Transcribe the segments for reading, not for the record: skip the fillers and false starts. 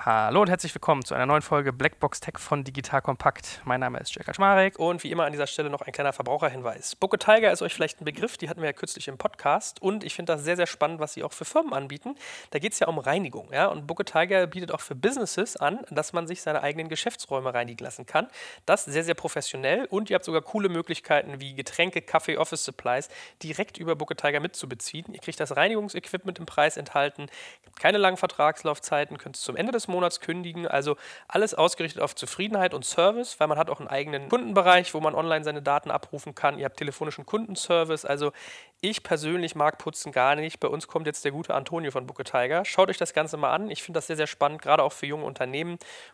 Hallo und herzlich willkommen zu einer neuen Folge Blackbox Tech von Digital Kompakt. Mein Name ist Jörg Kaczmarek und wie immer an dieser Stelle noch ein kleiner Verbraucherhinweis. Book a Tiger ist euch vielleicht ein Begriff, die hatten wir ja kürzlich im Podcast und ich finde das sehr, sehr spannend, was sie auch für Firmen anbieten. Da geht es ja um Reinigung, ja, und Book a Tiger bietet auch für Businesses an, dass man sich seine eigenen Geschäftsräume reinigen lassen kann. Das sehr, sehr professionell und ihr habt sogar coole Möglichkeiten wie Getränke, Kaffee, Office Supplies direkt über Book a Tiger mitzubeziehen. Ihr kriegt das Reinigungsequipment im Preis enthalten, keine langen Vertragslaufzeiten, könnt es zum Ende des Monats kündigen, also alles ausgerichtet auf Zufriedenheit und Service, weil man hat auch einen eigenen Kundenbereich, wo man online seine Daten abrufen kann. Ihr habt telefonischen Kundenservice, also ich persönlich mag Putzen gar nicht. Bei uns kommt jetzt der gute Antonio von Book a Tiger. Schaut euch das Ganze mal an, ich finde das sehr, sehr spannend, gerade auch für junge Unternehmen.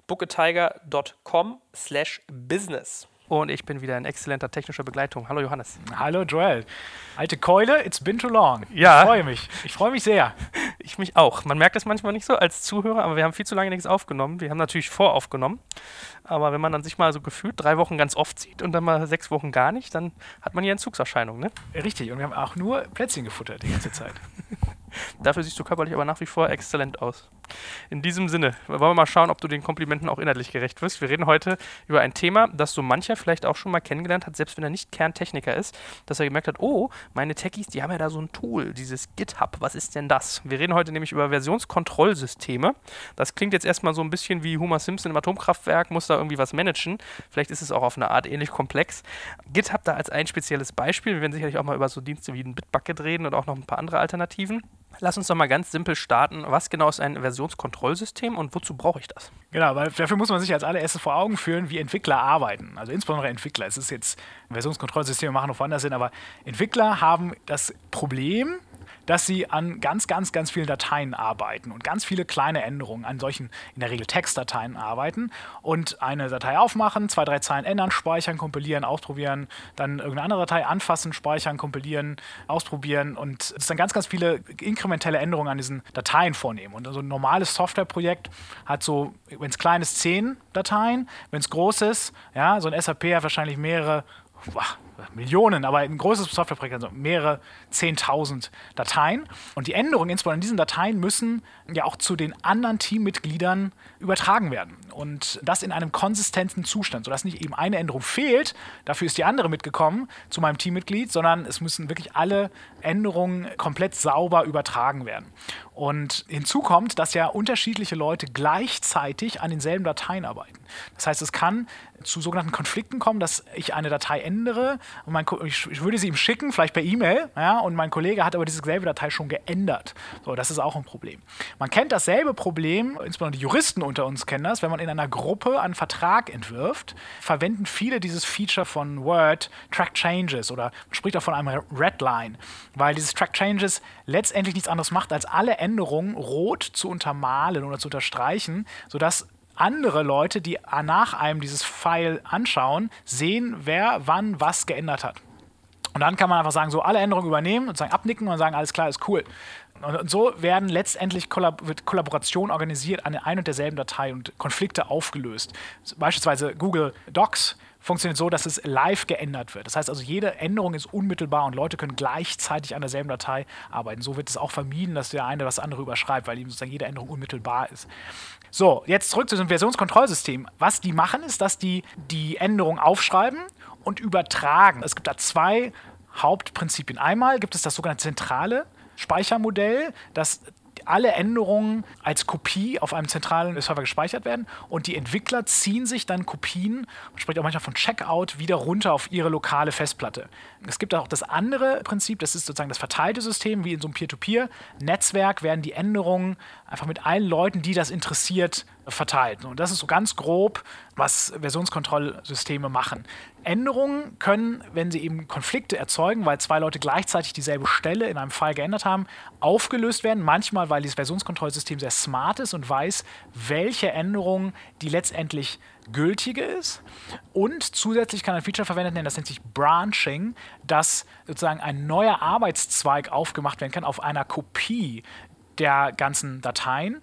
bookatiger.com/business. Und ich bin wieder in exzellenter technischer Begleitung. Hallo Johannes. Hallo Joel. Alte Keule, it's been too long. Ja. Ich freue mich sehr. Ich mich auch. Man merkt es manchmal nicht so als Zuhörer, aber wir haben viel zu lange nichts aufgenommen. Wir haben natürlich voraufgenommen, aber wenn man dann sich mal so gefühlt 3 Wochen ganz oft sieht und dann mal 6 Wochen gar nicht, dann hat man hier Entzugserscheinungen, ne? Richtig, und wir haben auch nur Plätzchen gefuttert die ganze Zeit. Dafür siehst du körperlich aber nach wie vor exzellent aus. In diesem Sinne, wollen wir mal schauen, ob du den Komplimenten auch inhaltlich gerecht wirst. Wir reden heute über ein Thema, das so mancher vielleicht auch schon mal kennengelernt hat, selbst wenn er nicht Kerntechniker ist, dass er gemerkt hat, oh, meine Techies, die haben ja da so ein Tool, dieses GitHub, was ist denn das? Wir reden heute nämlich über Versionskontrollsysteme. Das klingt jetzt erstmal so ein bisschen wie Homer Simpson im Atomkraftwerk, muss da irgendwie was managen. Vielleicht ist es auch auf eine Art ähnlich komplex. GitHub da als ein spezielles Beispiel. Wir werden sicherlich auch mal über so Dienste wie ein Bitbucket reden und auch noch ein paar andere Alternativen. Lass uns doch mal ganz simpel starten. Was genau ist ein Versionskontrollsystem und wozu brauche ich das? Genau, weil dafür muss man sich als allererstes vor Augen führen, wie Entwickler arbeiten. Also insbesondere Entwickler. Es ist jetzt, Versionskontrollsysteme machen noch woanders Sinn, aber Entwickler haben das Problem, dass sie an ganz vielen Dateien arbeiten und ganz viele kleine Änderungen an solchen, in der Regel Textdateien arbeiten und eine Datei aufmachen, 2, 3 Zeilen ändern, speichern, kompilieren, ausprobieren, dann irgendeine andere Datei anfassen, speichern, kompilieren, ausprobieren und es dann ganz viele inkrementelle Änderungen an diesen Dateien vornehmen. Und so ein normales Softwareprojekt hat so, wenn es klein ist, 10 Dateien, wenn es groß ist, ja, so ein SAP hat wahrscheinlich mehrere Millionen, aber ein großes Softwareprojekt hat also mehrere 10.000 Dateien. Und die Änderungen, insbesondere in diesen Dateien, müssen ja auch zu den anderen Teammitgliedern übertragen werden. Und das in einem konsistenten Zustand, sodass nicht eben eine Änderung fehlt, dafür ist die andere mitgekommen zu meinem Teammitglied, sondern es müssen wirklich alle Änderungen komplett sauber übertragen werden. Und hinzu kommt, dass ja unterschiedliche Leute gleichzeitig an denselben Dateien arbeiten. Das heißt, es kann zu sogenannten Konflikten kommen, dass ich eine Datei ändere und ich würde sie ihm schicken, vielleicht per E-Mail, ja, und mein Kollege hat aber diese selbe Datei schon geändert. So, das ist auch ein Problem. Man kennt dasselbe Problem, insbesondere die Juristen unter uns kennen das, wenn man in einer Gruppe einen Vertrag entwirft, verwenden viele dieses Feature von Word, Track Changes, oder man spricht auch von einem Redline, weil dieses Track Changes letztendlich nichts anderes macht, als alle Änderungen rot zu untermalen oder zu unterstreichen, sodass andere Leute, die nach einem dieses File anschauen, sehen, wer wann was geändert hat. Und dann kann man einfach sagen, so alle Änderungen übernehmen und sagen, abnicken und sagen, alles klar, ist cool. Und so werden letztendlich wird Kollaboration organisiert an der ein und derselben Datei und Konflikte aufgelöst. Beispielsweise Google Docs funktioniert so, dass es live geändert wird. Das heißt also, jede Änderung ist unmittelbar und Leute können gleichzeitig an derselben Datei arbeiten. So wird es auch vermieden, dass der eine das andere überschreibt, weil eben sozusagen jede Änderung unmittelbar ist. So, jetzt zurück zu diesem Versionskontrollsystem. Was die machen, ist, dass die Änderungen aufschreiben und übertragen. Es gibt da 2 Hauptprinzipien. Einmal gibt es das sogenannte zentrale Speichermodell, das alle Änderungen als Kopie auf einem zentralen Server gespeichert werden und die Entwickler ziehen sich dann Kopien, man spricht auch manchmal von Checkout, wieder runter auf ihre lokale Festplatte. Es gibt auch das andere Prinzip, das ist sozusagen das verteilte System, wie in so einem Peer-to-Peer-Netzwerk werden die Änderungen einfach mit allen Leuten, die das interessiert, verteilt. Und das ist so ganz grob, was Versionskontrollsysteme machen. Änderungen können, wenn sie eben Konflikte erzeugen, weil 2 Leute gleichzeitig dieselbe Stelle in einem File geändert haben, aufgelöst werden. Manchmal, weil dieses Versionskontrollsystem sehr smart ist und weiß, welche Änderung die letztendlich gültige ist. Und zusätzlich kann ein Feature verwendet werden, das nennt sich Branching, dass sozusagen ein neuer Arbeitszweig aufgemacht werden kann auf einer Kopie der ganzen Dateien.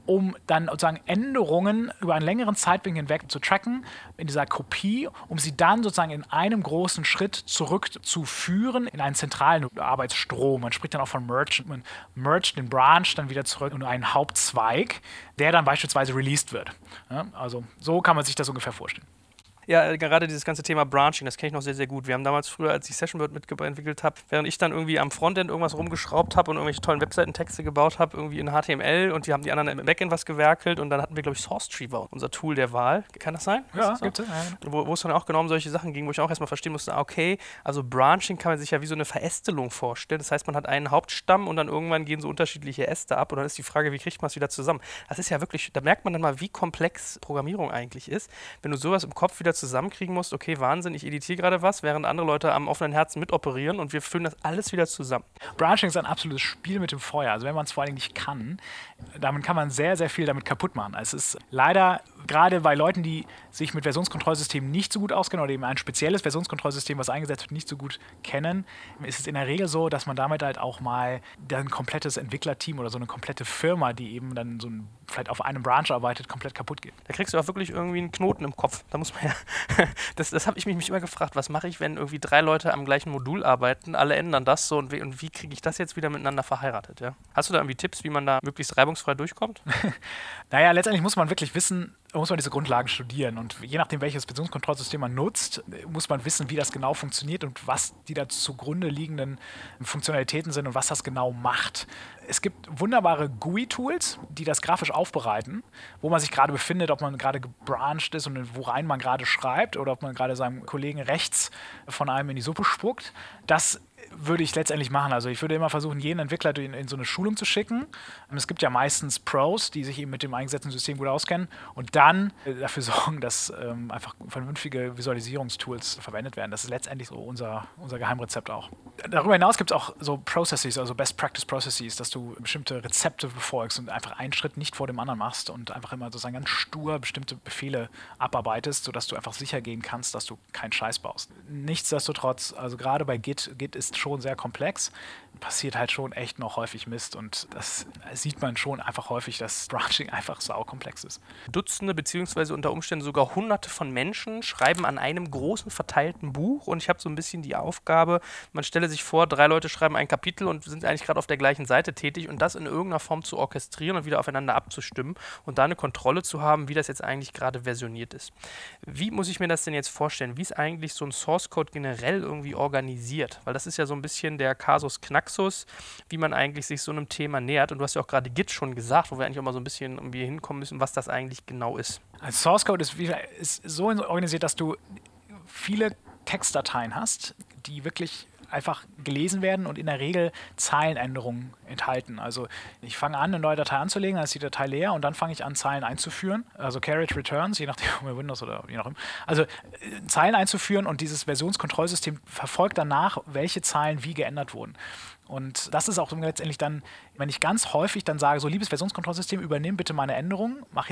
um dann sozusagen Änderungen über einen längeren Zeitwinkel hinweg zu tracken in dieser Kopie, um sie dann sozusagen in einem großen Schritt zurückzuführen in einen zentralen Arbeitsstrom. Man spricht dann auch von Merge. Man mergt den Branch dann wieder zurück in einen Hauptzweig, der dann beispielsweise released wird. Ja, also so kann man sich das ungefähr vorstellen. Ja, gerade dieses ganze Thema Branching, das kenne ich noch sehr, sehr gut. Wir haben damals früher, als ich Sessionbird mitentwickelt habe, während ich dann irgendwie am Frontend irgendwas rumgeschraubt habe und irgendwelche tollen Webseitentexte gebaut habe, irgendwie in HTML und die haben die anderen im Backend was gewerkelt und dann hatten wir, glaube ich, SourceTree war unser Tool der Wahl. Kann das sein? Ja, das gibt es. Ja. Wo es dann auch genau um solche Sachen ging, wo ich auch erstmal verstehen musste, okay, also Branching kann man sich ja wie so eine Verästelung vorstellen. Das heißt, man hat einen Hauptstamm und dann irgendwann gehen so unterschiedliche Äste ab und dann ist die Frage, wie kriegt man es wieder zusammen? Das ist ja wirklich, da merkt man dann mal, wie komplex Programmierung eigentlich ist, wenn du sowas im Kopf wieder zusammenkriegen musst, okay, Wahnsinn, ich editiere gerade was, während andere Leute am offenen Herzen mitoperieren und wir führen das alles wieder zusammen. Branching ist ein absolutes Spiel mit dem Feuer. Also wenn man es vor allem nicht kann, damit kann man sehr, sehr viel damit kaputt machen. Also es ist leider, gerade bei Leuten, die sich mit Versionskontrollsystemen nicht so gut auskennen oder eben ein spezielles Versionskontrollsystem, was eingesetzt wird, nicht so gut kennen, ist es in der Regel so, dass man damit halt auch mal ein komplettes Entwicklerteam oder so eine komplette Firma, die eben dann so vielleicht auf einem Branch arbeitet, komplett kaputt geht. Da kriegst du auch wirklich irgendwie einen Knoten im Kopf. Da muss man ja, das habe ich mich immer gefragt, was mache ich, wenn irgendwie 3 Leute am gleichen Modul arbeiten, alle ändern das so und wie kriege ich das jetzt wieder miteinander verheiratet? Ja? Hast du da irgendwie Tipps, wie man da möglichst reibungsfrei durchkommt? Naja, letztendlich muss man wirklich wissen, muss man diese Grundlagen studieren und je nachdem, welches Versionskontrollsystem man nutzt, muss man wissen, wie das genau funktioniert und was die da zugrunde liegenden Funktionalitäten sind und was das genau macht. Es gibt wunderbare GUI-Tools, die das grafisch aufbereiten, wo man sich gerade befindet, ob man gerade gebranched ist und worein man gerade schreibt oder ob man gerade seinem Kollegen rechts von einem in die Suppe spuckt. Das würde ich letztendlich machen. Also ich würde immer versuchen, jeden Entwickler in so eine Schulung zu schicken. Es gibt ja meistens Pros, die sich eben mit dem eingesetzten System gut auskennen und dann dafür sorgen, dass einfach vernünftige Visualisierungstools verwendet werden. Das ist letztendlich so unser Geheimrezept auch. Darüber hinaus gibt es auch so Processes, also Best Practice Processes, dass du bestimmte Rezepte befolgst und einfach einen Schritt nicht vor dem anderen machst und einfach immer sozusagen ganz stur bestimmte Befehle abarbeitest, sodass du einfach sicher gehen kannst, dass du keinen Scheiß baust. Nichtsdestotrotz, also gerade bei Git ist schon sehr komplex, passiert halt schon echt noch häufig Mist und das sieht man schon einfach häufig, dass Branching einfach saukomplex ist. Dutzende beziehungsweise unter Umständen sogar Hunderte von Menschen schreiben an einem großen verteilten Buch und ich habe so ein bisschen die Aufgabe, man stelle sich vor, 3 Leute schreiben ein Kapitel und sind eigentlich gerade auf der gleichen Seite tätig und das in irgendeiner Form zu orchestrieren und wieder aufeinander abzustimmen und da eine Kontrolle zu haben, wie das jetzt eigentlich gerade versioniert ist. Wie muss ich mir das denn jetzt vorstellen? Wie ist eigentlich so ein Source Code generell irgendwie organisiert? Weil das ist ja so ein bisschen der Kasus Knaxus, wie man eigentlich sich so einem Thema nähert. Und du hast ja auch gerade Git schon gesagt, wo wir eigentlich auch mal so ein bisschen irgendwie hinkommen müssen, was das eigentlich genau ist. Ein Source Code ist so organisiert, dass du viele Textdateien hast, die wirklich einfach gelesen werden und in der Regel Zeilenänderungen enthalten. Also ich fange an, eine neue Datei anzulegen, dann ist die Datei leer und dann fange ich an, Zeilen einzuführen. Also Carriage Returns, je nachdem, ob Windows oder je nachdem. Also Zeilen einzuführen und dieses Versionskontrollsystem verfolgt danach, welche Zeilen wie geändert wurden. Und das ist auch letztendlich dann, wenn ich ganz häufig dann sage, so liebes Versionskontrollsystem, übernimm bitte meine Änderung, mach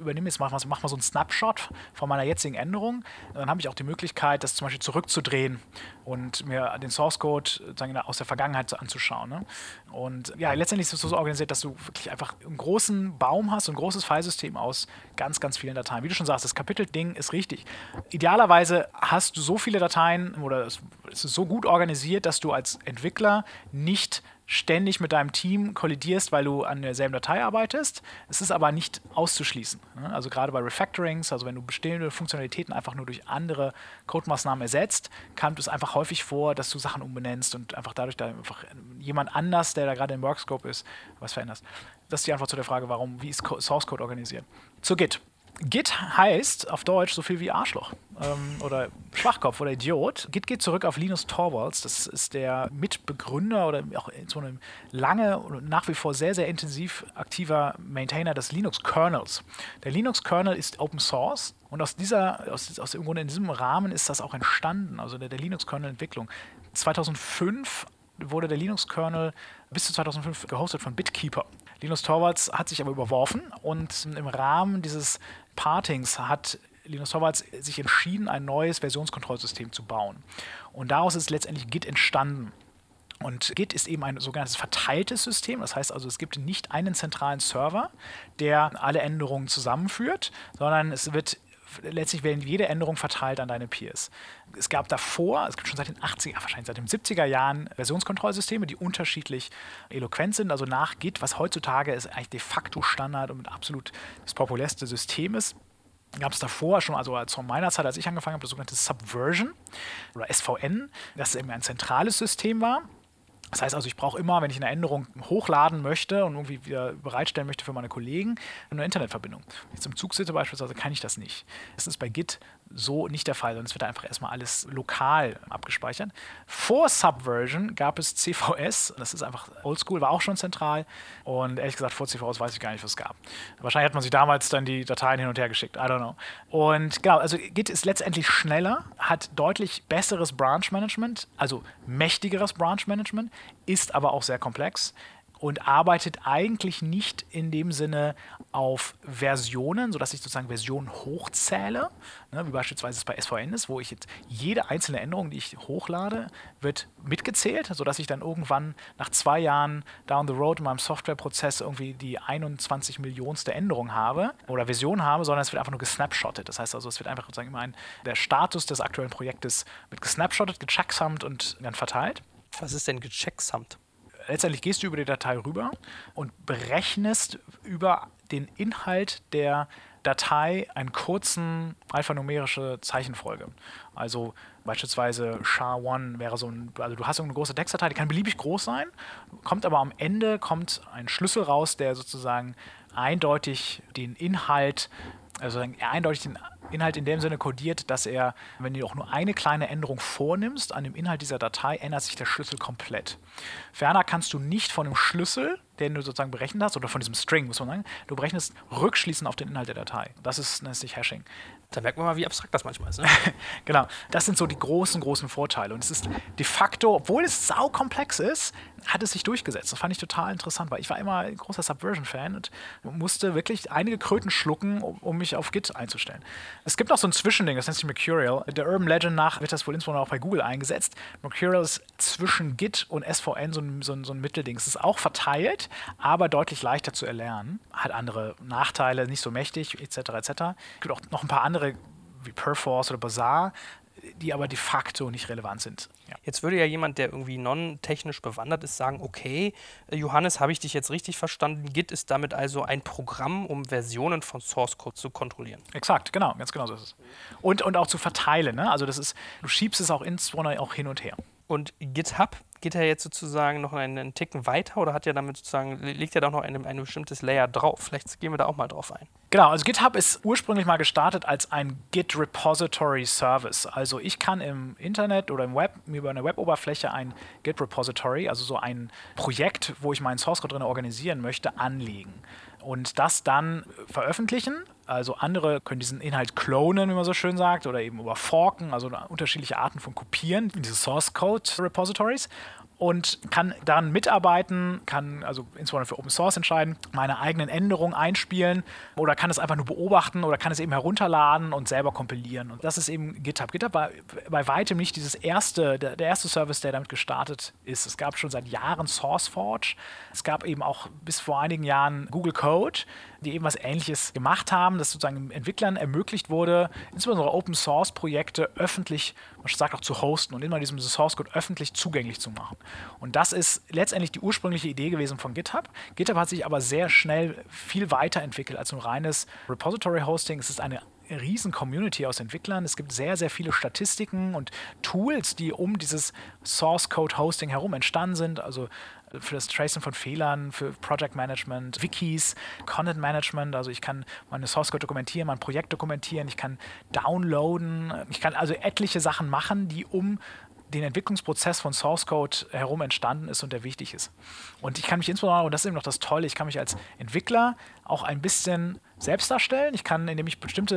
mal so einen Snapshot von meiner jetzigen Änderung, dann habe ich auch die Möglichkeit, das zum Beispiel zurückzudrehen und mir den Source Code aus der Vergangenheit anzuschauen. Ne? Und ja, letztendlich ist es so organisiert, dass du wirklich einfach einen großen Baum hast, ein großes Filesystem aus ganz, ganz vielen Dateien. Wie du schon sagst, das Kapitelding ist richtig. Idealerweise hast du so viele Dateien oder es ist so gut organisiert, dass du als Entwickler nicht ständig mit deinem Team kollidierst, weil du an derselben Datei arbeitest. Es ist aber nicht auszuschließen. Also gerade bei Refactorings, also wenn du bestehende Funktionalitäten einfach nur durch andere Codemaßnahmen ersetzt, kommt es einfach häufig vor, dass du Sachen umbenennst und einfach dadurch da einfach jemand anders, der da gerade im Workscope ist, was veränderst. Das ist die Antwort zu der Frage, wie ist Source Code organisiert. Zu Git. Git heißt auf Deutsch so viel wie Arschloch oder Schwachkopf oder Idiot. Git geht zurück auf Linus Torvalds. Das ist der Mitbegründer oder auch so eine lange und nach wie vor sehr, sehr intensiv aktiver Maintainer des Linux-Kernels. Der Linux-Kernel ist Open Source und aus im Grunde in diesem Rahmen ist das auch entstanden, also der Linux-Kernel-Entwicklung. 2005 wurde der Linux-Kernel bis zu 2005 gehostet von Bitkeeper. Linus Torvalds hat sich aber überworfen und im Rahmen dieses Partings hat Linus Torvalds sich entschieden, ein neues Versionskontrollsystem zu bauen. Und daraus ist letztendlich Git entstanden. Und Git ist eben ein sogenanntes verteiltes System. Das heißt also, es gibt nicht einen zentralen Server, der alle Änderungen zusammenführt, sondern letztlich werden jede Änderung verteilt an deine Peers. Es gibt schon seit den 80er, wahrscheinlich seit den 70er Jahren Versionskontrollsysteme, die unterschiedlich eloquent sind. Also nach Git, was heutzutage ist eigentlich de facto Standard und absolut das populärste System ist, gab es davor schon, also zu meiner Zeit, als ich angefangen habe, das sogenannte Subversion oder SVN, das eben ein zentrales System war. Das heißt also, ich brauche immer, wenn ich eine Änderung hochladen möchte und irgendwie wieder bereitstellen möchte für meine Kollegen, eine Internetverbindung. Wenn ich jetzt im Zug sitze beispielsweise, kann ich das nicht. Das ist bei Git so nicht der Fall, sondern es wird einfach erstmal alles lokal abgespeichert. Vor Subversion gab es CVS, das ist einfach oldschool, war auch schon zentral und ehrlich gesagt, vor CVS weiß ich gar nicht, was es gab. Wahrscheinlich hat man sich damals dann die Dateien hin und her geschickt, I don't know. Und genau, also Git ist letztendlich schneller, hat deutlich besseres Branch Management, also mächtigeres Branch Management, ist aber auch sehr komplex und arbeitet eigentlich nicht in dem Sinne auf Versionen, sodass ich sozusagen Versionen hochzähle, ne, wie beispielsweise es bei SVN ist, wo ich jetzt jede einzelne Änderung, die ich hochlade, wird mitgezählt, sodass ich dann irgendwann nach 2 Jahren down the road in meinem Softwareprozess irgendwie die 21 Millionste Änderung habe oder Version habe, sondern es wird einfach nur gesnapshottet. Das heißt also, es wird einfach sozusagen immer der Status des aktuellen Projektes wird gesnapshottet, gechecksummed und dann verteilt. Was ist denn gechecksummed? Letztendlich gehst du über die Datei rüber und berechnest über den Inhalt der Datei einen kurzen alphanumerische Zeichenfolge. Also beispielsweise SHA-1 wäre also du hast so eine große Textdatei, die kann beliebig groß sein, kommt aber am Ende ein Schlüssel raus, der sozusagen eindeutig den Inhalt in dem Sinne kodiert, dass wenn du auch nur eine kleine Änderung vornimmst an dem Inhalt dieser Datei, ändert sich der Schlüssel komplett. Ferner kannst du nicht von dem Schlüssel, den du sozusagen berechnet hast, oder von diesem String, muss man sagen, du berechnest rückschließend auf den Inhalt der Datei. Das nennt sich Hashing. Da merkt man mal, wie abstrakt das manchmal ist. Ne? Genau, das sind so die großen Vorteile. Und es ist de facto, obwohl es saukomplex ist, hat es sich durchgesetzt. Das fand ich total interessant, weil ich war immer ein großer Subversion-Fan und musste wirklich einige Kröten schlucken, um mich auf Git einzustellen. Es gibt noch so ein Zwischending, das nennt sich Mercurial. Der Urban Legend nach wird das wohl insbesondere auch bei Google eingesetzt. Mercurial ist zwischen Git und SVN so ein Mittelding. Es ist auch verteilt, aber deutlich leichter zu erlernen. Hat andere Nachteile, nicht so mächtig, etc. etc. Es gibt auch noch ein paar andere, wie Perforce oder Bazaar, die aber de facto nicht relevant sind. Ja. Jetzt würde ja jemand, der irgendwie non-technisch bewandert ist, sagen, okay, Johannes, habe ich dich jetzt richtig verstanden? Git ist damit also ein Programm, um Versionen von Source Code zu kontrollieren. Exakt, genau, ganz genau so ist es. Und auch zu verteilen, ne? Also du schiebst es auch insbesondere auch hin und her. Und GitHub, geht er jetzt sozusagen noch einen Ticken weiter oder hat ja damit sozusagen, legt er da auch noch ein bestimmtes Layer drauf? Vielleicht gehen wir da auch mal drauf ein. Genau, also GitHub ist ursprünglich mal gestartet als ein Git Repository Service. Also ich kann im Internet oder im Web über eine Web-Oberfläche ein Git Repository, also so ein Projekt, wo ich meinen Source Code drin organisieren möchte, anlegen. Und das dann veröffentlichen. Also andere können diesen Inhalt klonen, wie man so schön sagt, oder eben überforken, also unterschiedliche Arten von Kopieren in diese Source Code Repositories. Und kann daran mitarbeiten, kann also insbesondere für Open Source entscheiden, meine eigenen Änderungen einspielen oder kann es einfach nur beobachten oder kann es eben herunterladen und selber kompilieren. Und das ist eben GitHub. GitHub war bei weitem nicht der erste Service, der damit gestartet ist. Es gab schon seit Jahren SourceForge. Es gab eben auch bis vor einigen Jahren Google Code, die eben was Ähnliches gemacht haben, das sozusagen Entwicklern ermöglicht wurde, insbesondere Open-Source-Projekte öffentlich, man sagt auch zu hosten und immer diesen Source-Code öffentlich zugänglich zu machen. Und das ist letztendlich die ursprüngliche Idee gewesen von GitHub. GitHub hat sich aber sehr schnell viel weiterentwickelt als ein reines Repository-Hosting. Es ist eine riesen Community aus Entwicklern. Es gibt sehr, sehr viele Statistiken und Tools, die um dieses Source-Code-Hosting herum entstanden sind. Also für das Tracen von Fehlern, für Project Management, Wikis, Content Management. Also ich kann meine Source Code dokumentieren, mein Projekt dokumentieren, ich kann downloaden. Ich kann also etliche Sachen machen, die um den Entwicklungsprozess von Source Code herum entstanden ist und der wichtig ist. Und ich kann mich insbesondere, und das ist eben noch das Tolle, ich kann mich als Entwickler auch ein bisschen selbst darstellen. Ich kann, indem ich bestimmte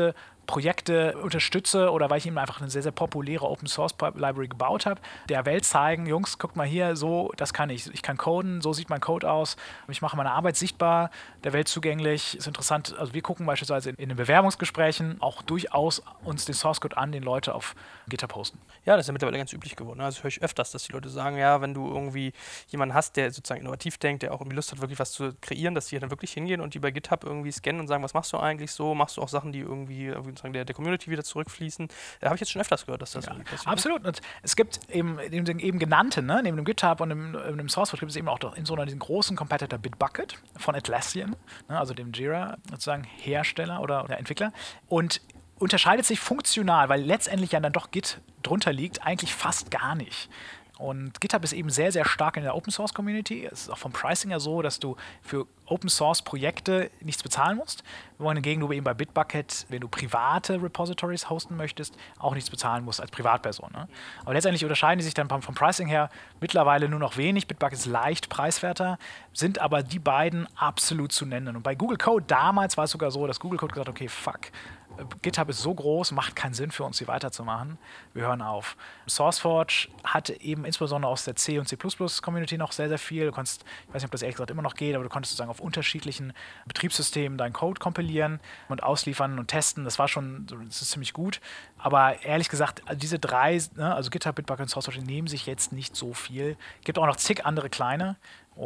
Projekte unterstütze oder weil ich eben einfach eine sehr, sehr populäre Open-Source-Library gebaut habe, der Welt zeigen, Jungs, guckt mal hier, so, das kann ich. Ich kann coden, so sieht mein Code aus. Ich mache meine Arbeit sichtbar, der Welt zugänglich. Ist interessant, also wir gucken beispielsweise in den Bewerbungsgesprächen auch durchaus uns den Source-Code an, den Leute auf GitHub posten. Ja, das ist ja mittlerweile ganz üblich geworden. Also höre ich öfters, dass die Leute sagen, ja, wenn du irgendwie jemanden hast, der sozusagen innovativ denkt, der auch irgendwie Lust hat, wirklich was zu kreieren, dass die dann wirklich hingehen und die bei GitHub irgendwie scannen und sagen, was machst du eigentlich so? Machst du auch Sachen, die irgendwie sozusagen der Community wieder zurückfließen? Da habe ich jetzt schon öfters gehört, dass das irgendwie passiert. Absolut. Und es gibt eben genannten, ne, neben dem GitHub und dem Source-Code gibt es eben auch doch in so diesen großen Competitor Bitbucket von Atlassian, ne, also dem Jira sozusagen Hersteller oder Entwickler. Und unterscheidet sich funktional, weil letztendlich ja dann doch Git drunter liegt, eigentlich fast gar nicht. Und GitHub ist eben sehr, sehr stark in der Open-Source-Community. Es ist auch vom Pricing her so, dass du für Open-Source-Projekte nichts bezahlen musst. Wohingegen du eben bei Bitbucket, wenn du private Repositories hosten möchtest, auch nichts bezahlen musst als Privatperson. Ne? Aber letztendlich unterscheiden die sich dann vom Pricing her mittlerweile nur noch wenig. Bitbucket ist leicht preiswerter, sind aber die beiden absolut zu nennen. Und bei Google Code damals war es sogar so, dass Google Code gesagt hat, okay, fuck, GitHub ist so groß, macht keinen Sinn für uns, hier weiterzumachen. Wir hören auf. SourceForge hatte eben insbesondere aus der C- und C++-Community noch sehr, sehr viel. Du konntest, ich weiß nicht, ob das ehrlich gesagt immer noch geht, aber du konntest sozusagen auf unterschiedlichen Betriebssystemen deinen Code kompilieren und ausliefern und testen. Das war schon, das ist ziemlich gut. Aber ehrlich gesagt, diese drei, ne, also GitHub, Bitbucket und SourceForge, nehmen sich jetzt nicht so viel. Es gibt auch noch zig andere kleine.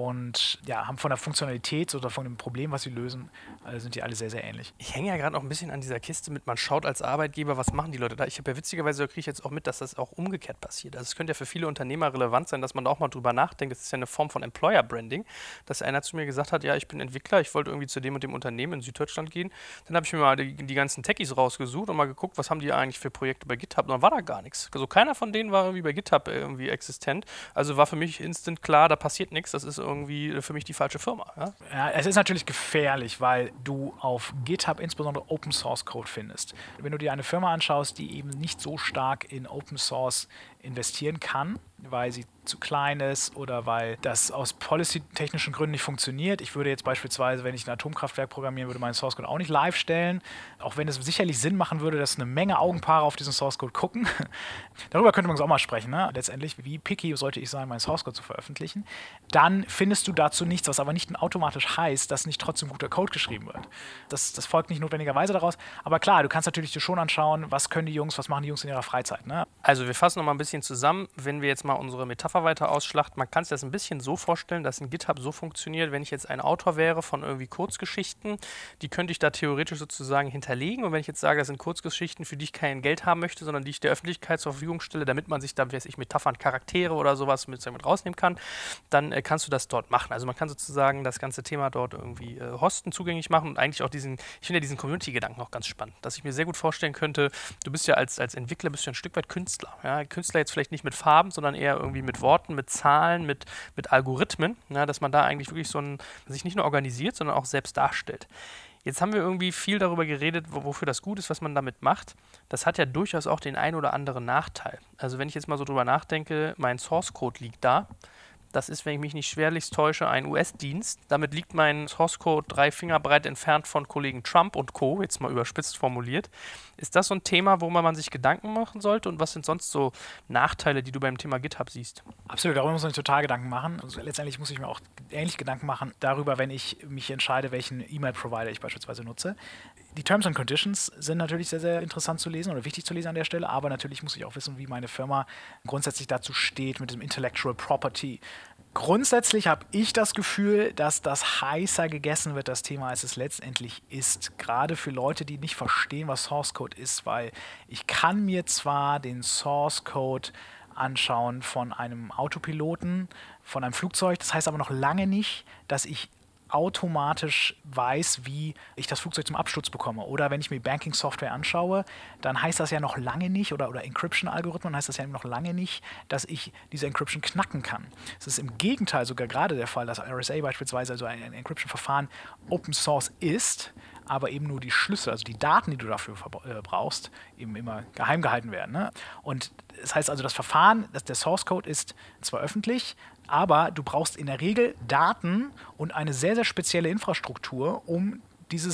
Und ja, haben von der Funktionalität oder von dem Problem, was sie lösen, sind die alle sehr, sehr ähnlich. Ich hänge ja gerade noch ein bisschen an dieser Kiste mit, man schaut als Arbeitgeber, was machen die Leute da. Ich habe ja witzigerweise, kriege ich jetzt auch mit, dass das auch umgekehrt passiert. Also es könnte ja für viele Unternehmer relevant sein, dass man da auch mal drüber nachdenkt. Das ist ja eine Form von Employer-Branding, dass einer zu mir gesagt hat, ja, ich bin Entwickler, ich wollte irgendwie zu dem und dem Unternehmen in Süddeutschland gehen. Dann habe ich mir mal die ganzen Techies rausgesucht und mal geguckt, was haben die eigentlich für Projekte bei GitHub. Und dann war da gar nichts. Also keiner von denen war irgendwie bei GitHub irgendwie existent. Also war für mich instant klar, da passiert nichts. Das ist irgendwie für mich die falsche Firma. Ja? Ja, es ist natürlich gefährlich, weil du auf GitHub insbesondere Open Source Code findest. Wenn du dir eine Firma anschaust, die eben nicht so stark in Open Source investieren kann, weil sie zu klein ist oder weil das aus policy-technischen Gründen nicht funktioniert. Ich würde jetzt beispielsweise, wenn ich ein Atomkraftwerk programmieren würde, meinen Source Code auch nicht live stellen, auch wenn es sicherlich Sinn machen würde, dass eine Menge Augenpaare auf diesen Source Code gucken. Darüber könnte man uns auch mal sprechen, ne? Letztendlich, wie picky sollte ich sein, meinen Source Code zu veröffentlichen. Dann findest du dazu nichts, was aber nicht automatisch heißt, dass nicht trotzdem guter Code geschrieben wird. Das folgt nicht notwendigerweise daraus. Aber klar, du kannst natürlich dir schon anschauen, was können die Jungs, was machen die Jungs in ihrer Freizeit. Ne? Also wir fassen noch mal ein bisschen zusammen, wenn wir jetzt mal unsere Metapher weiter ausschlachten. Man kann sich das ein bisschen so vorstellen, dass in GitHub so funktioniert, wenn ich jetzt ein Autor wäre von irgendwie Kurzgeschichten, die könnte ich da theoretisch sozusagen hinterlegen. Und wenn ich jetzt sage, das sind Kurzgeschichten, für die ich kein Geld haben möchte, sondern die ich der Öffentlichkeit zur Verfügung stelle, damit man sich da, weiß ich, Metaphern, Charaktere oder sowas mit rausnehmen kann, dann kannst du das dort machen. Also man kann sozusagen das ganze Thema dort irgendwie hosten, zugänglich machen und eigentlich auch ich finde ja diesen Community-Gedanken auch ganz spannend, dass ich mir sehr gut vorstellen könnte, du bist ja als Entwickler bist du ein Stück weit Künstler. Ja? Künstler jetzt vielleicht nicht mit Farben, sondern eher irgendwie mit Worten, mit Zahlen, mit Algorithmen, ja? Dass man da eigentlich wirklich sich nicht nur organisiert, sondern auch selbst darstellt. Jetzt haben wir irgendwie viel darüber geredet, wofür das gut ist, was man damit macht. Das hat ja durchaus auch den einen oder anderen Nachteil. Also wenn ich jetzt mal so drüber nachdenke, mein Source-Code liegt da. Das ist, wenn ich mich nicht schwerlichst täusche, ein US-Dienst. Damit liegt mein Source-Code 3 Finger breit entfernt von Kollegen Trump und Co., jetzt mal überspitzt formuliert. Ist das so ein Thema, wo man sich Gedanken machen sollte? Und was sind sonst so Nachteile, die du beim Thema GitHub siehst? Absolut, darüber muss man sich total Gedanken machen. Also letztendlich muss ich mir auch ähnlich Gedanken machen darüber, wenn ich mich entscheide, welchen E-Mail-Provider ich beispielsweise nutze. Die Terms and Conditions sind natürlich sehr, sehr interessant zu lesen oder wichtig zu lesen an der Stelle, aber natürlich muss ich auch wissen, wie meine Firma grundsätzlich dazu steht mit dem Intellectual Property. Grundsätzlich habe ich das Gefühl, dass das heißer gegessen wird, das Thema, als es letztendlich ist. Gerade für Leute, die nicht verstehen, was Source Code ist, weil ich kann mir zwar den Source Code anschauen von einem Autopiloten, von einem Flugzeug, das heißt aber noch lange nicht, dass ich automatisch weiß, wie ich das Flugzeug zum Absturz bekomme. Oder wenn ich mir Banking-Software anschaue, dann heißt das ja noch lange nicht, oder Encryption-Algorithmen heißt das ja noch lange nicht, dass ich diese Encryption knacken kann. Es ist im Gegenteil sogar gerade der Fall, dass RSA beispielsweise, also ein Encryption-Verfahren, Open Source ist, aber eben nur die Schlüssel, also die Daten, die du dafür brauchst, eben immer geheim gehalten werden. Ne? Und das heißt also, das Verfahren, der Source Code ist zwar öffentlich, aber du brauchst in der Regel Daten und eine sehr, sehr spezielle Infrastruktur, um dieses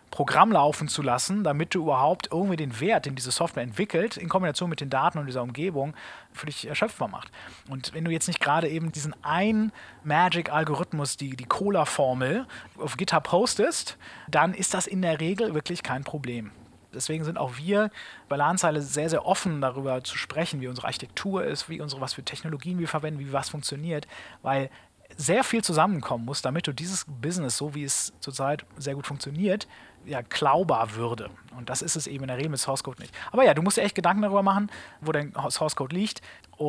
Programm laufen zu lassen, damit du überhaupt irgendwie den Wert, den diese Software entwickelt, in Kombination mit den Daten und dieser Umgebung für dich erschöpfbar macht. Und wenn du jetzt nicht gerade eben diesen einen Magic-Algorithmus, die Cola-Formel auf GitHub postest, dann ist das in der Regel wirklich kein Problem. Deswegen sind auch wir bei Lahnzeile sehr, sehr offen darüber zu sprechen, wie unsere Architektur ist, was für Technologien wir verwenden, wie was funktioniert, weil sehr viel zusammenkommen muss, damit du dieses Business, so wie es zurzeit sehr gut funktioniert, ja, klaubar würde. Und das ist es eben in der Regel mit Source Code nicht. Aber ja, du musst dir echt Gedanken darüber machen, wo dein Source Code liegt.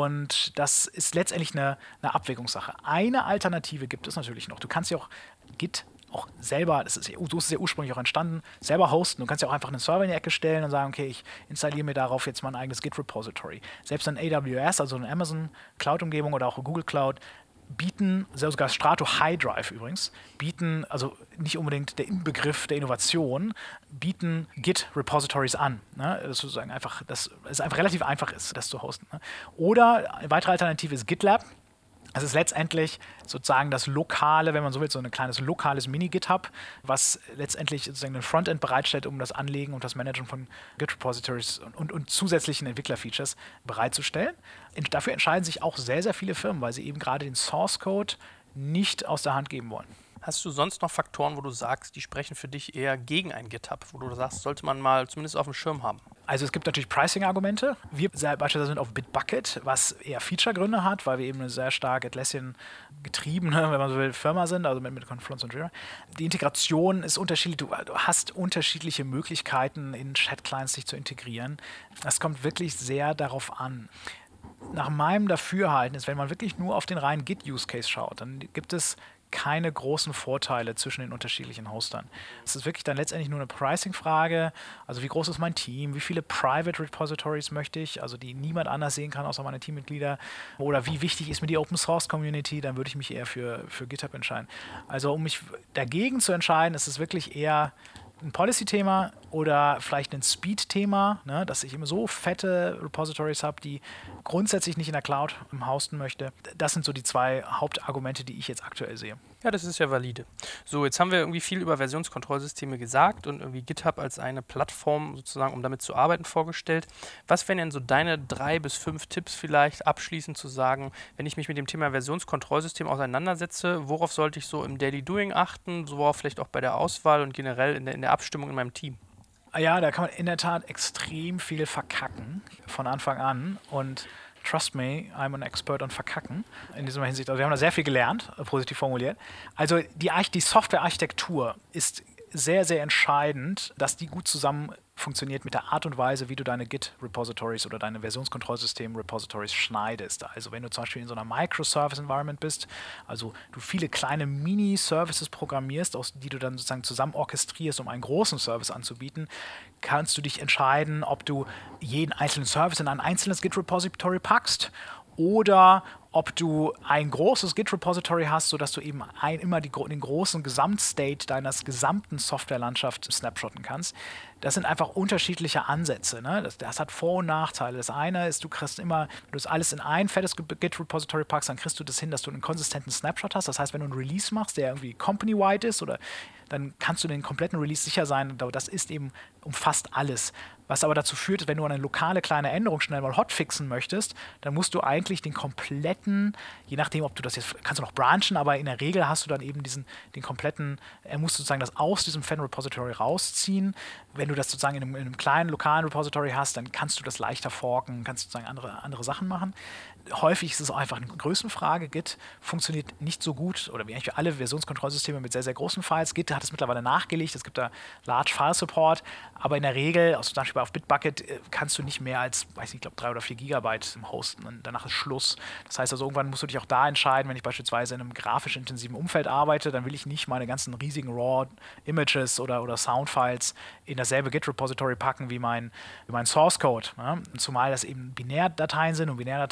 Und das ist letztendlich eine Abwägungssache. Eine Alternative gibt es natürlich noch. Du kannst ja auch Git auch selber, so ist es ja ursprünglich auch entstanden, selber hosten. Du kannst ja auch einfach einen Server in die Ecke stellen und sagen, okay, ich installiere mir darauf jetzt mein eigenes Git-Repository. Selbst ein AWS, also eine Amazon Cloud-Umgebung oder auch eine Google Cloud, bieten, sogar Strato High Drive übrigens, bieten, also nicht unbedingt der Inbegriff der Innovation, bieten Git-Repositories an. Ne? Das sozusagen einfach, dass es einfach relativ einfach ist, das zu hosten. Ne? Oder eine weitere Alternative ist GitLab. Es ist letztendlich sozusagen das lokale, wenn man so will, so ein kleines lokales Mini-GitHub, was letztendlich sozusagen ein Frontend bereitstellt, um das Anlegen und das Managen von Git-Repositories und zusätzlichen Entwicklerfeatures bereitzustellen. Dafür entscheiden sich auch sehr, sehr viele Firmen, weil sie eben gerade den Source-Code nicht aus der Hand geben wollen. Hast du sonst noch Faktoren, wo du sagst, die sprechen für dich eher gegen ein GitHub, wo du sagst, sollte man mal zumindest auf dem Schirm haben? Also es gibt natürlich Pricing-Argumente. Wir beispielsweise sind auf Bitbucket, was eher Feature-Gründe hat, weil wir eben eine sehr stark Atlassian-getriebene, wenn man so will, Firma sind, also mit Confluence und Jira. Die Integration ist unterschiedlich. Du hast unterschiedliche Möglichkeiten, in Chat-Clients sich zu integrieren. Das kommt wirklich sehr darauf an. Nach meinem Dafürhalten ist, wenn man wirklich nur auf den reinen Git-Use-Case schaut, dann gibt es keine großen Vorteile zwischen den unterschiedlichen Hostern. Es ist wirklich dann letztendlich nur eine Pricing-Frage, also wie groß ist mein Team, wie viele Private Repositories möchte ich, also die niemand anders sehen kann, außer meine Teammitglieder, oder wie wichtig ist mir die Open-Source-Community, dann würde ich mich eher für GitHub entscheiden. Also um mich dagegen zu entscheiden, ist es wirklich eher ein Policy-Thema oder vielleicht ein Speed-Thema, ne, dass ich immer so fette Repositories habe, die grundsätzlich nicht in der Cloud hosten möchte. Das sind so die zwei Hauptargumente, die ich jetzt aktuell sehe. Ja, das ist ja valide. So, jetzt haben wir irgendwie viel über Versionskontrollsysteme gesagt und irgendwie GitHub als eine Plattform sozusagen, um damit zu arbeiten, vorgestellt. Was wären denn so deine 3 bis 5 Tipps vielleicht abschließend zu sagen, wenn ich mich mit dem Thema Versionskontrollsystem auseinandersetze, worauf sollte ich so im Daily Doing achten, so worauf vielleicht auch bei der Auswahl und generell in der Abstimmung in meinem Team? Ja, da kann man in der Tat extrem viel verkacken von Anfang an und trust me, I'm an expert on Verkacken in dieser Hinsicht. Also wir haben da sehr viel gelernt, positiv formuliert. Also die Softwarearchitektur ist sehr, sehr entscheidend, dass die gut zusammen funktioniert mit der Art und Weise, wie du deine Git-Repositories oder deine Versionskontrollsystem-Repositories schneidest. Also wenn du zum Beispiel in so einer Microservice-Environment bist, also du viele kleine Mini-Services programmierst, die du dann sozusagen zusammen orchestrierst, um einen großen Service anzubieten, kannst du dich entscheiden, ob du jeden einzelnen Service in ein einzelnes Git-Repository packst oder ob du ein großes Git-Repository hast, sodass du eben immer den großen Gesamtstate deiner gesamten Softwarelandschaft snapshotten kannst. Das sind einfach unterschiedliche Ansätze. Ne? Das hat Vor- und Nachteile. Das eine ist, wenn du das alles in ein fettes Git-Repository packst, dann kriegst du das hin, dass du einen konsistenten Snapshot hast. Das heißt, wenn du einen Release machst, der irgendwie company-wide ist, dann kannst du den kompletten Release sicher sein. Das umfasst alles. Was aber dazu führt, wenn du eine lokale kleine Änderung schnell mal hotfixen möchtest, dann musst du eigentlich den kompletten, je nachdem, ob du das jetzt, kannst du noch branchen, aber in der Regel hast du dann eben den kompletten, musst du sozusagen das aus diesem Fan-Repository rausziehen. Wenn du das sozusagen in einem kleinen lokalen Repository hast, dann kannst du das leichter forken, kannst sozusagen andere Sachen machen. Häufig ist es auch einfach eine Größenfrage. Git funktioniert nicht so gut, oder wie eigentlich alle Versionskontrollsysteme mit sehr, sehr großen Files. Git hat es mittlerweile nachgelegt, es gibt da Large File Support, aber in der Regel, also zum Beispiel auf Bitbucket, kannst du nicht mehr als, weiß nicht, ich glaube 3 oder 4 Gigabyte hosten und danach ist Schluss. Das heißt also, irgendwann musst du dich auch da entscheiden, wenn ich beispielsweise in einem grafisch intensiven Umfeld arbeite, dann will ich nicht meine ganzen riesigen RAW-Images oder Soundfiles in dasselbe Git-Repository packen wie mein Source-Code. Ne? Zumal das eben Binärdateien sind und Binärdateien lassen sich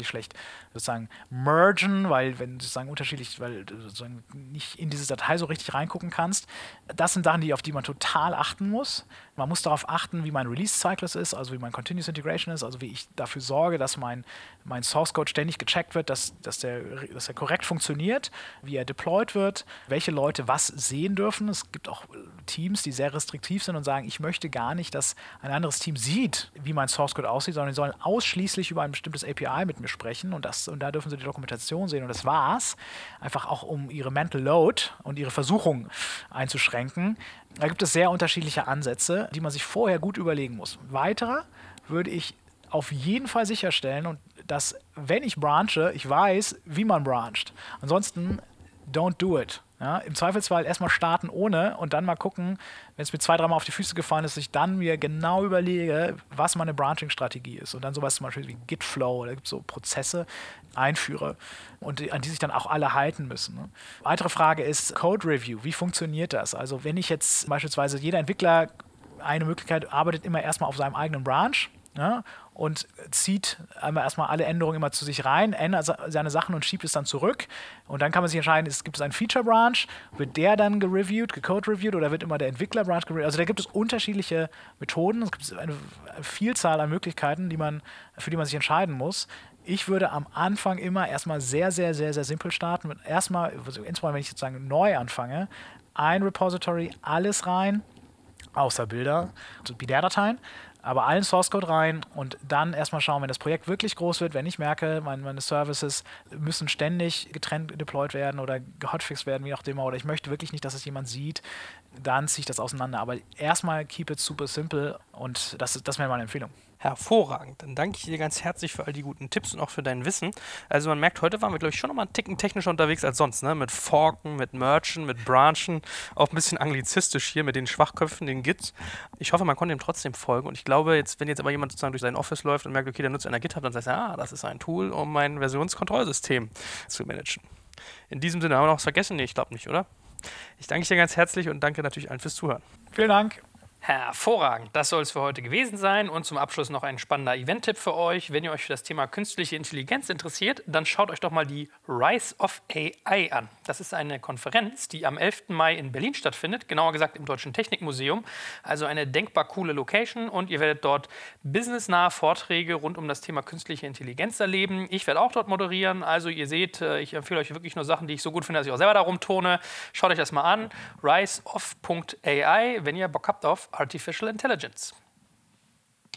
sich schlecht sozusagen mergen, weil wenn sozusagen weil du sozusagen nicht in diese Datei so richtig reingucken kannst. Das sind Sachen, auf die man total achten muss. Man muss darauf achten, wie mein Release-Cyclus ist, also wie mein Continuous Integration ist, also wie ich dafür sorge, dass mein Source-Code ständig gecheckt wird, dass der korrekt funktioniert, wie er deployed wird, welche Leute was sehen dürfen. Es gibt auch Teams, die sehr restriktiv sind und sagen, ich möchte gar nicht, dass ein anderes Team sieht, wie mein Source-Code aussieht, sondern die sollen ausschließlich über ein bestimmtes API mit mir sprechen und da dürfen sie die Dokumentation sehen und das war's. Einfach auch, um ihre Mental Load und ihre Versuchung einzuschränken. Da gibt es sehr unterschiedliche Ansätze, die man sich vorher gut überlegen muss. Weiterer würde ich auf jeden Fall sicherstellen, und dass, wenn ich branche, ich weiß, wie man brancht. Ansonsten, don't do it. Ja, im Zweifelsfall erstmal starten ohne und dann mal gucken, wenn es mir 2-3 Mal auf die Füße gefallen ist, dass ich dann mir genau überlege, was meine Branching-Strategie ist. Und dann sowas zum Beispiel wie Git-Flow, da gibt es so Prozesse, einführe und an die sich dann auch alle halten müssen. Ne? Weitere Frage ist Code-Review. Wie funktioniert das? Also wenn ich jetzt beispielsweise, jeder Entwickler, eine Möglichkeit, arbeitet immer erstmal auf seinem eigenen Branch, ja, und zieht erstmal alle Änderungen immer zu sich rein, ändert seine Sachen und schiebt es dann zurück. Und dann kann man sich entscheiden, gibt es einen Feature-Branch, wird der dann gecode-reviewed oder wird immer der Entwickler-Branch gereviewt? Also da gibt es unterschiedliche Methoden, es gibt eine Vielzahl an Möglichkeiten, für die man sich entscheiden muss. Ich würde am Anfang immer erstmal sehr, sehr, sehr, sehr simpel starten. Insbesondere wenn ich sozusagen neu anfange, ein Repository, alles rein, außer Bilder, also Binärdateien, aber allen Source Code rein und dann erstmal schauen, wenn das Projekt wirklich groß wird, wenn ich merke, meine Services müssen ständig getrennt deployed werden oder gehotfixed werden, wie auch immer, oder ich möchte wirklich nicht, dass es jemand sieht, dann ziehe ich das auseinander. Aber erstmal keep it super simple und das wäre meine Empfehlung. Hervorragend. Dann danke ich dir ganz herzlich für all die guten Tipps und auch für dein Wissen. Also man merkt, heute waren wir, glaube ich, schon noch mal einen Ticken technischer unterwegs als sonst, ne? Mit Forken, mit Merchen, mit Branchen, auch ein bisschen anglizistisch hier mit den Schwachköpfen, den Gits. Ich hoffe, man konnte ihm trotzdem folgen und ich glaube, wenn jetzt aber jemand sozusagen durch sein Office läuft und merkt, okay, der nutzt einer GitHub, dann sagt er, das ist ein Tool, um mein Versionskontrollsystem zu managen. In diesem Sinne haben wir noch was vergessen? Nee, ich glaube nicht, oder? Ich danke dir ganz herzlich und danke natürlich allen fürs Zuhören. Vielen Dank. Hervorragend, das soll es für heute gewesen sein und zum Abschluss noch ein spannender Event-Tipp für euch. Wenn ihr euch für das Thema künstliche Intelligenz interessiert, dann schaut euch doch mal die Rise of AI an. Das ist eine Konferenz, die am 11. Mai in Berlin stattfindet, genauer gesagt im Deutschen Technikmuseum. Also eine denkbar coole Location und ihr werdet dort businessnahe Vorträge rund um das Thema künstliche Intelligenz erleben. Ich werde auch dort moderieren, also ihr seht, ich empfehle euch wirklich nur Sachen, die ich so gut finde, dass ich auch selber darum tone. Schaut euch das mal an, riseof.ai, wenn ihr Bock habt auf Artificial Intelligence.